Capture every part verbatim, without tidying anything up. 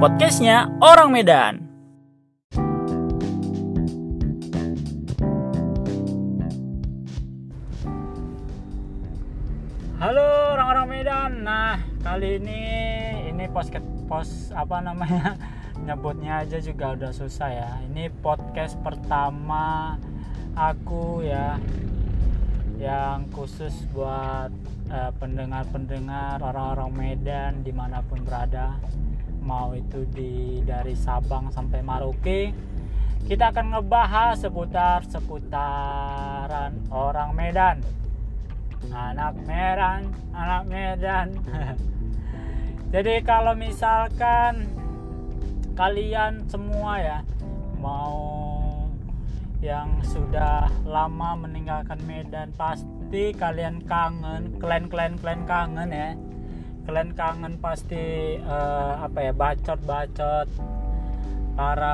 podcastnya Orang Medan. Halo orang-orang Medan. Nah, kali ini ini podcast pos apa namanya? Nyebutnya aja juga udah susah ya. Ini podcast pertama aku ya, yang khusus buat uh, pendengar-pendengar orang-orang Medan dimanapun berada, mau itu di dari Sabang sampai Merauke. Kita akan ngebahas seputar seputaran orang Medan, anak Medan, anak Medan. Jadi kalau misalkan kalian semua ya mau yang sudah lama meninggalkan Medan, pasti kalian kangen, kalian-kalian kalian kangen ya. Kalian kangen pasti uh, apa ya, bacot-bacot para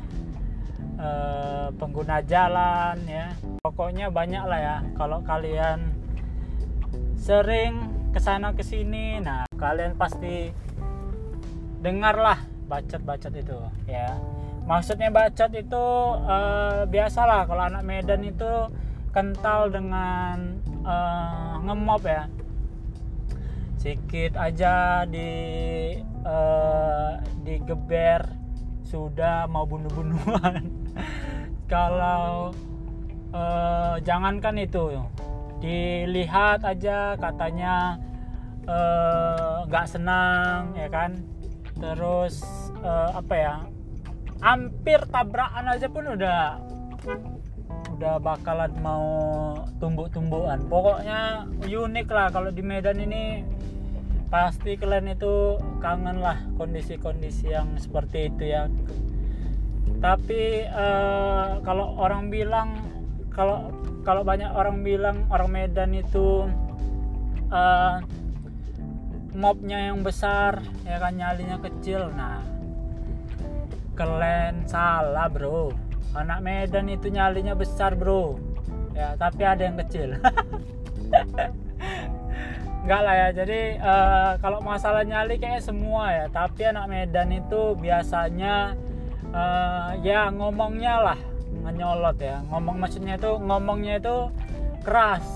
uh, pengguna jalan ya. Pokoknya banyak lah ya. Kalau kalian sering kesana kesini, nah kalian pasti dengarlah bacot-bacot itu ya. Maksudnya bacot itu uh, biasalah kalau anak Medan itu kental dengan uh, ngemop ya. Sedikit aja di uh, digeber sudah mau bunuh-bunuhan. Kalau uh, jangankan itu, dilihat aja katanya nggak uh, senang ya kan. Terus uh, apa ya, hampir tabrakan aja pun udah udah bakalan mau tumbuk-tumbukan. Pokoknya unik lah kalau di Medan ini. Pasti kalian itu kangen lah kondisi-kondisi yang seperti itu ya. Tapi uh, kalau orang bilang, kalau kalau banyak orang bilang orang Medan itu uh, mobnya yang besar ya kan, nyalinya kecil. Nah, kalian salah bro. Anak Medan itu nyalinya besar bro ya, tapi ada yang kecil. Enggak lah ya. Jadi uh, kalau masalah nyali kayak semua ya, tapi anak Medan itu biasanya uh, ya ngomongnya lah ngenyolot ya. Ngomong maksudnya itu ngomongnya itu keras.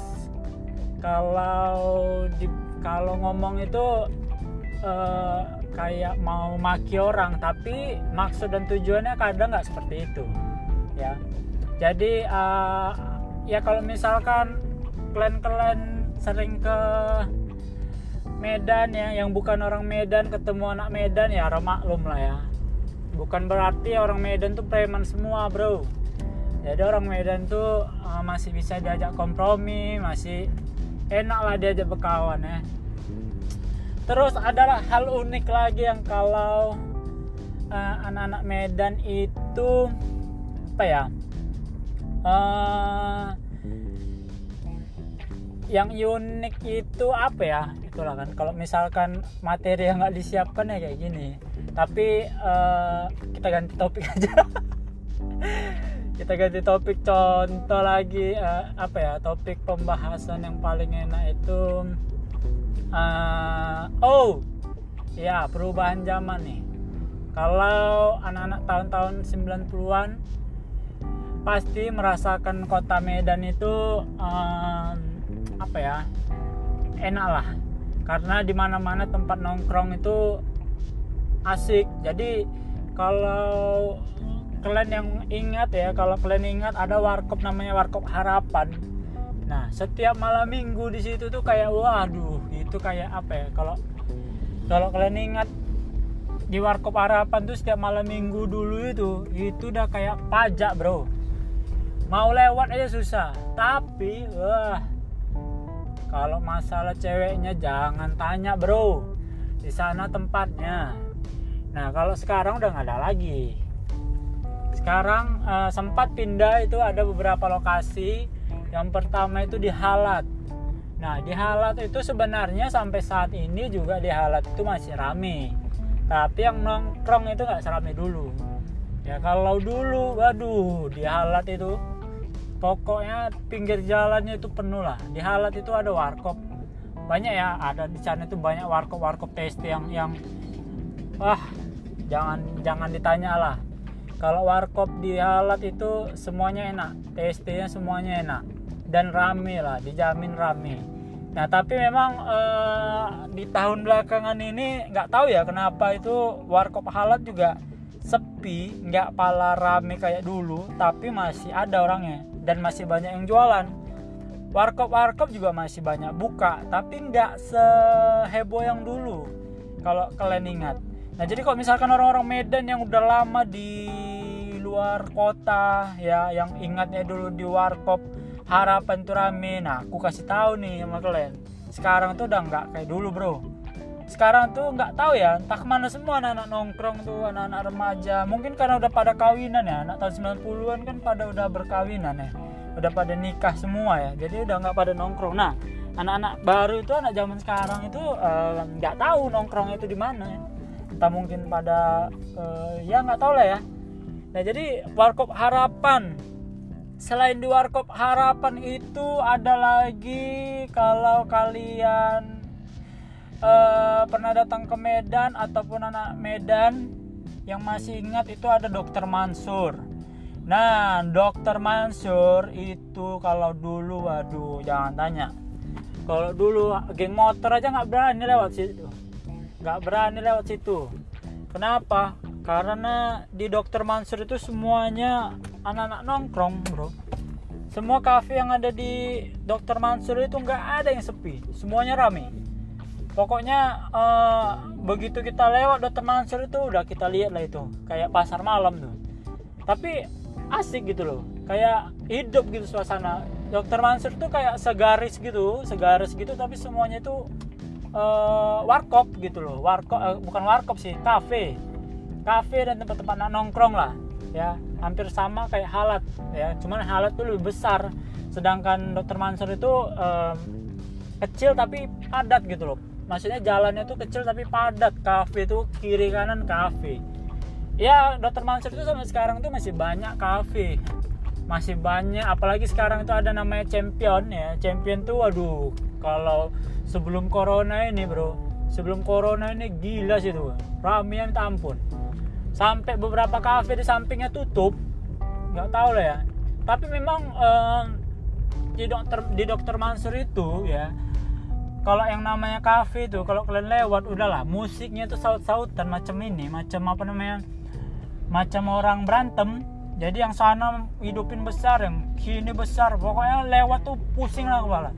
Kalau di kalau ngomong itu uh, kayak mau maki orang, tapi maksud dan tujuannya kadang nggak seperti itu ya. Jadi uh, ya kalau misalkan kalian-kalian sering ke Medan ya, yang bukan orang Medan ketemu anak Medan ya harap maklum lah ya. Bukan berarti orang Medan tuh preman semua bro. Jadi orang Medan tuh uh, masih bisa diajak kompromi, masih enak lah diajak berkawan ya. Terus ada hal unik lagi yang kalau uh, anak-anak Medan itu apa ya, uh, yang unik itu apa ya, itulah kan kalau misalkan materi yang nggak disiapkan ya kayak gini. Tapi uh, kita ganti topik aja. Kita ganti topik. Contoh lagi uh, apa ya, topik pembahasan yang paling enak itu uh, oh ya, perubahan zaman nih. Kalau anak-anak tahun-tahun sembilan puluhan pasti merasakan kota Medan itu um, apa ya, enak lah, karena di mana-mana tempat nongkrong itu asik. Jadi kalau kalian yang ingat ya, kalau kalian ingat ada warkop namanya Warkop Harapan. Nah, setiap malam minggu di situ tuh kayak waduh, itu kayak apa ya, kalau kalau kalian ingat di Warkop Harapan tuh setiap malam minggu dulu itu itu udah kayak pajak bro. Mau lewat aja susah. Tapi wah, kalau masalah ceweknya jangan tanya bro, di sana tempatnya. Nah kalau sekarang udah nggak ada lagi. Sekarang uh, sempat pindah, itu ada beberapa lokasi. Yang pertama itu di Halat. Nah di Halat itu sebenarnya sampai saat ini juga di Halat itu masih rame. Tapi yang nongkrong itu nggak serame dulu. Ya kalau dulu, waduh, di Halat itu pokoknya pinggir jalannya itu penuh lah. Di Halat itu ada warkop banyak ya, ada di sana itu banyak warkop-warkop taste yang yang wah jangan jangan ditanya lah. Kalau warkop di Halat itu semuanya enak, T S T-nya semuanya enak dan rame lah, dijamin rame. Nah tapi memang eh, di tahun belakangan ini nggak tahu ya kenapa itu warkop Halat juga sepi, nggak pala rame kayak dulu, tapi masih ada orangnya dan masih banyak yang jualan. Warkop-warkop juga masih banyak buka, tapi nggak seheboh yang dulu kalau kalian ingat. Nah jadi kalau misalkan orang-orang Medan yang udah lama di luar kota ya, yang ingatnya dulu di warkop Harapan tuh rame, nah aku kasih tahu nih sama kalian, sekarang tuh udah nggak kayak dulu bro. Sekarang tuh nggak tahu ya entah kemana semua anak-anak nongkrong tuh, anak-anak remaja. Mungkin karena udah pada kawinan ya, anak tahun sembilan puluhan kan pada udah berkawinan ya, udah pada nikah semua ya, jadi udah nggak pada nongkrong. Nah anak-anak baru itu, anak zaman sekarang itu nggak uh, tahu nongkrong itu di mana ya. Entah mungkin pada uh, ya nggak tahu lah ya. Nah jadi warkop Harapan, selain di warkop Harapan itu ada lagi, kalau kalian uh, pernah datang ke Medan ataupun anak Medan yang masih ingat, itu ada Dokter Mansur. Nah Dokter Mansur itu kalau dulu, waduh jangan tanya. Kalau dulu geng motor aja nggak berani lewat situ, nggak berani lewat situ. Kenapa? Karena di Dokter Mansur itu semuanya anak-anak nongkrong bro. Semua kafe yang ada di Dokter Mansur itu nggak ada yang sepi, semuanya rame. Pokoknya eh, begitu kita lewat Dokter Mansur itu udah kita lihat lah itu kayak pasar malam tuh. Tapi asik gitu loh, kayak hidup gitu suasana. Dokter Mansur tuh kayak segaris gitu, segaris gitu, tapi semuanya itu uh, warkop gitu loh. Warkop uh, bukan warkop sih, kafe, kafe dan tempat-tempat nongkrong lah, ya hampir sama kayak Halat ya. Cuman Halat tuh lebih besar, sedangkan Dokter Mansur itu um, kecil tapi padat gitu loh. Maksudnya jalannya tuh kecil tapi padat. Kafe tuh kiri kanan kafe. Ya Dokter Mansur itu sampai sekarang tuh masih banyak kafe, masih banyak. Apalagi sekarang itu ada namanya Champion ya. Champion tuh waduh, kalau sebelum corona ini bro, sebelum corona ini gila sih tuh, ramean minta ampun. Sampai beberapa kafe di sampingnya tutup, nggak tahu lah ya. Tapi memang eh, di dokter di Dokter Mansur itu ya, kalau yang namanya kafe itu, kalau kalian lewat udahlah musiknya tuh saut-sautan macam ini, macam apa namanya, macam orang berantem. Jadi yang sana hidupin besar, yang sini besar, pokoknya lewat tuh pusing lah kepala.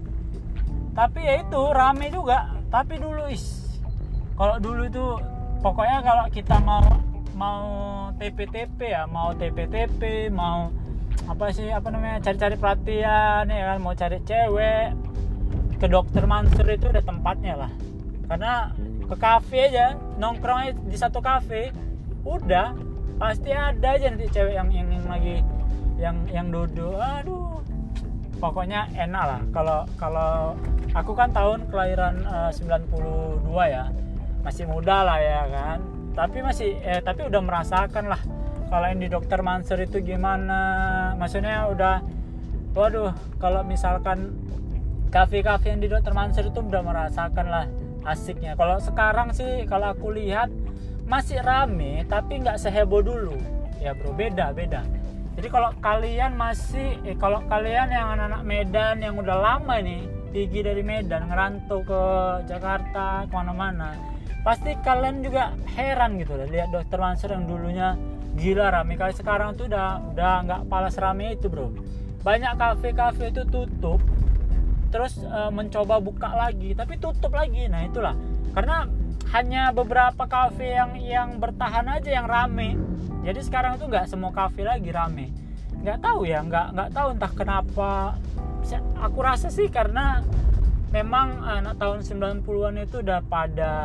Tapi ya itu rame juga. Tapi dulu is, kalau dulu itu pokoknya kalau kita mau mau T P T P ya, mau T P T P, mau apa sih apa namanya, cari-cari perhatian ya kan, mau cari cewek, ke Dokter Mansur itu udah tempatnya lah. Karena ke kafe aja, nongkrongnya di satu kafe, udah pasti ada aja nanti cewek yang yang, yang lagi yang yang duduk. Aduh, pokoknya enak lah. Kalau kalau aku kan tahun kelahiran uh, sembilan puluh dua ya, masih muda lah ya kan. Tapi masih eh, tapi udah merasakan lah kalau yang di Dokter Mansur itu gimana. Maksudnya udah, waduh, kalau misalkan kafe-kafe yang di Dokter Mansur itu udah merasakan lah asiknya. Kalau sekarang sih kalau aku lihat masih rame tapi nggak seheboh dulu ya bro, beda beda. Jadi kalau kalian masih eh, kalau kalian yang anak-anak Medan yang udah lama nih pergi dari Medan ngerantau ke Jakarta kemana-mana, pasti kalian juga heran gitu lah lihat Dokter Mansur yang dulunya gila rame, kali sekarang tuh udah udah nggak palas rame itu bro. Banyak kafe-kafe itu tutup, terus e, mencoba buka lagi tapi tutup lagi. Nah itulah karena hanya beberapa kafe yang yang bertahan aja yang rame. Jadi sekarang tuh nggak semua kafe lagi rame. Nggak tahu ya, nggak nggak tahu entah kenapa. Aku rasa sih karena memang anak tahun sembilan puluhan itu udah pada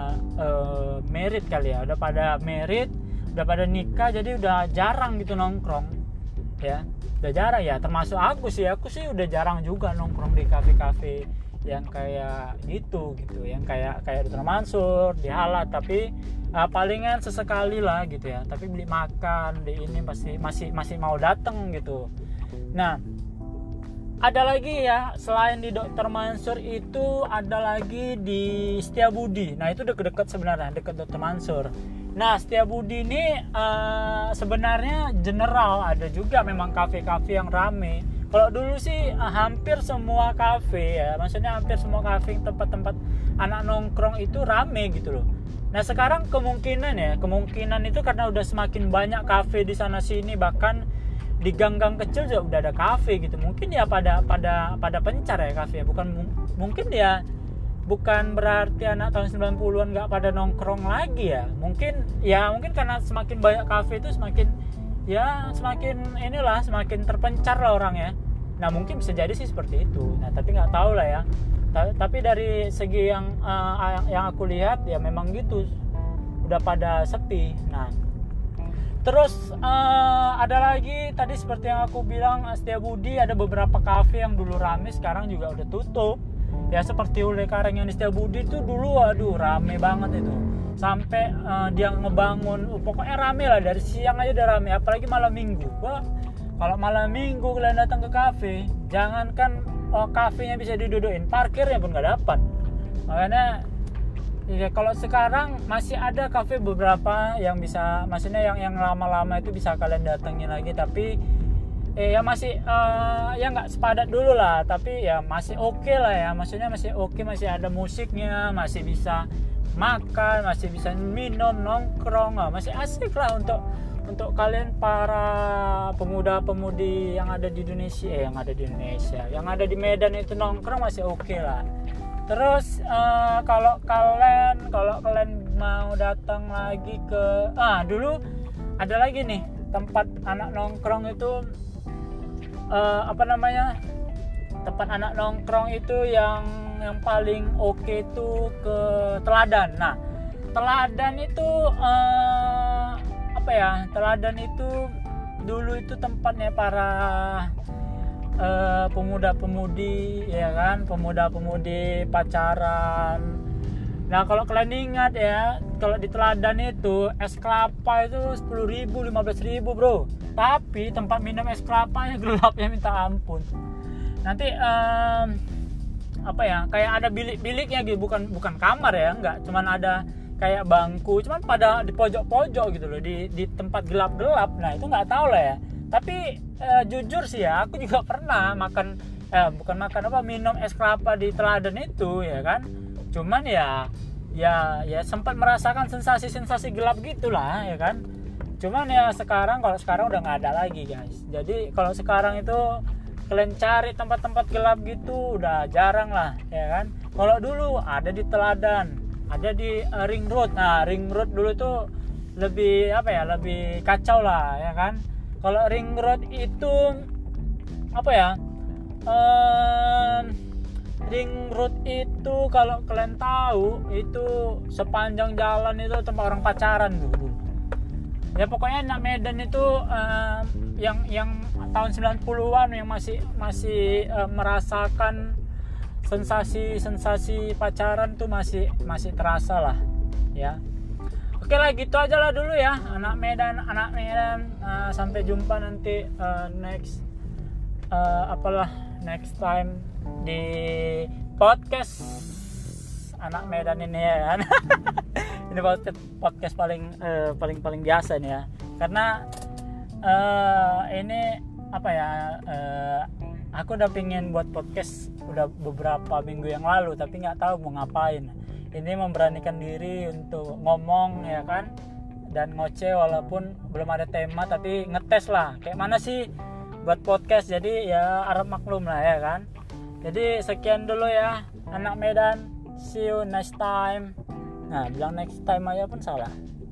uh, merit kali ya, udah pada merit, udah pada nikah, jadi udah jarang gitu nongkrong ya. Udah jarang ya, termasuk aku sih. Aku sih udah jarang juga nongkrong di kafe-kafe yang kayak gitu gitu, yang kayak kayak Dokter Mansur, di Halat. Tapi uh, palingan sesekali lah gitu ya. Tapi beli makan di ini masih masih masih mau datang gitu. Nah, ada lagi ya selain di Dokter Mansur itu ada lagi di Setiabudi. Nah itu deket-deket sebenarnya, deket Dokter Mansur. Nah, Setiabudi ini uh, sebenarnya general, ada juga memang kafe-kafe yang rame. Kalau dulu sih uh, hampir semua kafe ya, maksudnya hampir semua kafe, tempat-tempat anak nongkrong itu rame gitu loh. Nah, sekarang kemungkinan ya, kemungkinan itu karena udah semakin banyak kafe di sana sini, bahkan di gang-gang kecil juga udah ada kafe gitu. Mungkin ya pada pada pada pencar ya kafe ya, bukan mungkin ya bukan berarti anak tahun sembilan puluhan nggak pada nongkrong lagi ya. Mungkin ya mungkin karena semakin banyak kafe itu semakin ya semakin inilah semakin terpencar lah orang ya. Nah, mungkin bisa jadi sih seperti itu. Nah, tapi nggak tahu lah ya. Tapi dari segi yang uh, yang aku lihat ya memang gitu, udah pada sepi. Nah, terus uh, ada lagi tadi seperti yang aku bilang, Setiabudi ada beberapa kafe yang dulu rame sekarang juga udah tutup. Ya seperti Ule Kareng yang di Setiabudi itu dulu aduh rame banget itu. Sampai uh, dia ngebangun, uh, pokoknya rame lah, dari siang aja udah rame, apalagi malam minggu. Wah, kalau malam minggu kalian datang ke kafe, jangankan oh, kafenya bisa didudukin, parkirnya pun nggak dapat. Makanya ya, kalau sekarang masih ada kafe beberapa yang bisa, maksudnya yang yang lama-lama itu bisa kalian datangin lagi, tapi eh, ya masih uh, ya nggak sepadat dulu lah, tapi ya masih oke okay lah ya, maksudnya masih oke okay, masih ada musiknya, masih bisa makan, masih bisa minum, nongkrong, masih asik lah untuk untuk kalian para pemuda-pemudi yang ada di Indonesia, eh, yang ada di Indonesia, yang ada di Medan itu nongkrong masih oke okay lah. Terus uh, kalau kalian kalau kalian mau datang lagi ke ah dulu ada lagi nih tempat anak nongkrong itu uh, apa namanya tempat anak nongkrong itu yang yang paling oke okay itu ke Teladan. Nah, Teladan itu uh, apa ya? Teladan itu dulu itu tempatnya para uh, pemuda-pemudi, ya kan, pemuda-pemudi pacaran. Nah, kalau kalian ingat ya, kalau di Teladan itu es kelapa itu sepuluh ribu, lima belas ribu bro. Tapi tempat minum es kelapanya gelapnya minta ampun. Nanti um, apa ya, kayak ada bilik-biliknya gitu, bukan bukan kamar ya, enggak, cuman ada kayak bangku, cuman pada di pojok-pojok gitu loh, di di tempat gelap-gelap. Nah, itu nggak tahu lah ya. Tapi eh, jujur sih ya, aku juga pernah makan eh bukan makan apa minum es kelapa di Teladan itu ya kan. Cuman ya ya ya sempat merasakan sensasi-sensasi gelap gitulah ya kan. Cuman ya sekarang kalau sekarang udah nggak ada lagi guys. Jadi kalau sekarang itu kalian cari tempat-tempat gelap gitu udah jarang lah ya kan. Kalau dulu ada di Teladan, ada di uh, Ring Road. Nah, Ring Road dulu tuh lebih apa ya, lebih kacau lah ya kan. Kalau Ring Road itu apa ya, um, Ring Road itu kalau kalian tahu itu sepanjang jalan itu tempat orang pacaran dulu. Ya pokoknya anak Medan itu um, yang yang tahun sembilan puluhan yang masih masih uh, merasakan sensasi-sensasi pacaran tuh masih masih terasa lah ya. Oke lah, gitu aja lah dulu ya anak Medan, anak Medan. Uh, sampai jumpa nanti uh, next uh, apalah next time di podcast anak Medan ini ya kan. Ini podcast podcast paling uh, paling paling biasa nih ya, karena uh, ini apa ya, uh, aku udah pengen buat podcast udah beberapa minggu yang lalu, tapi nggak tahu mau ngapain. Ini memberanikan diri untuk ngomong ya kan, dan ngoceh walaupun belum ada tema, tapi ngetes lah kayak mana sih buat podcast. Jadi ya harap maklum lah ya kan. Jadi sekian dulu ya anak Medan, see you next time. Nah, bilang next time aja pun salah.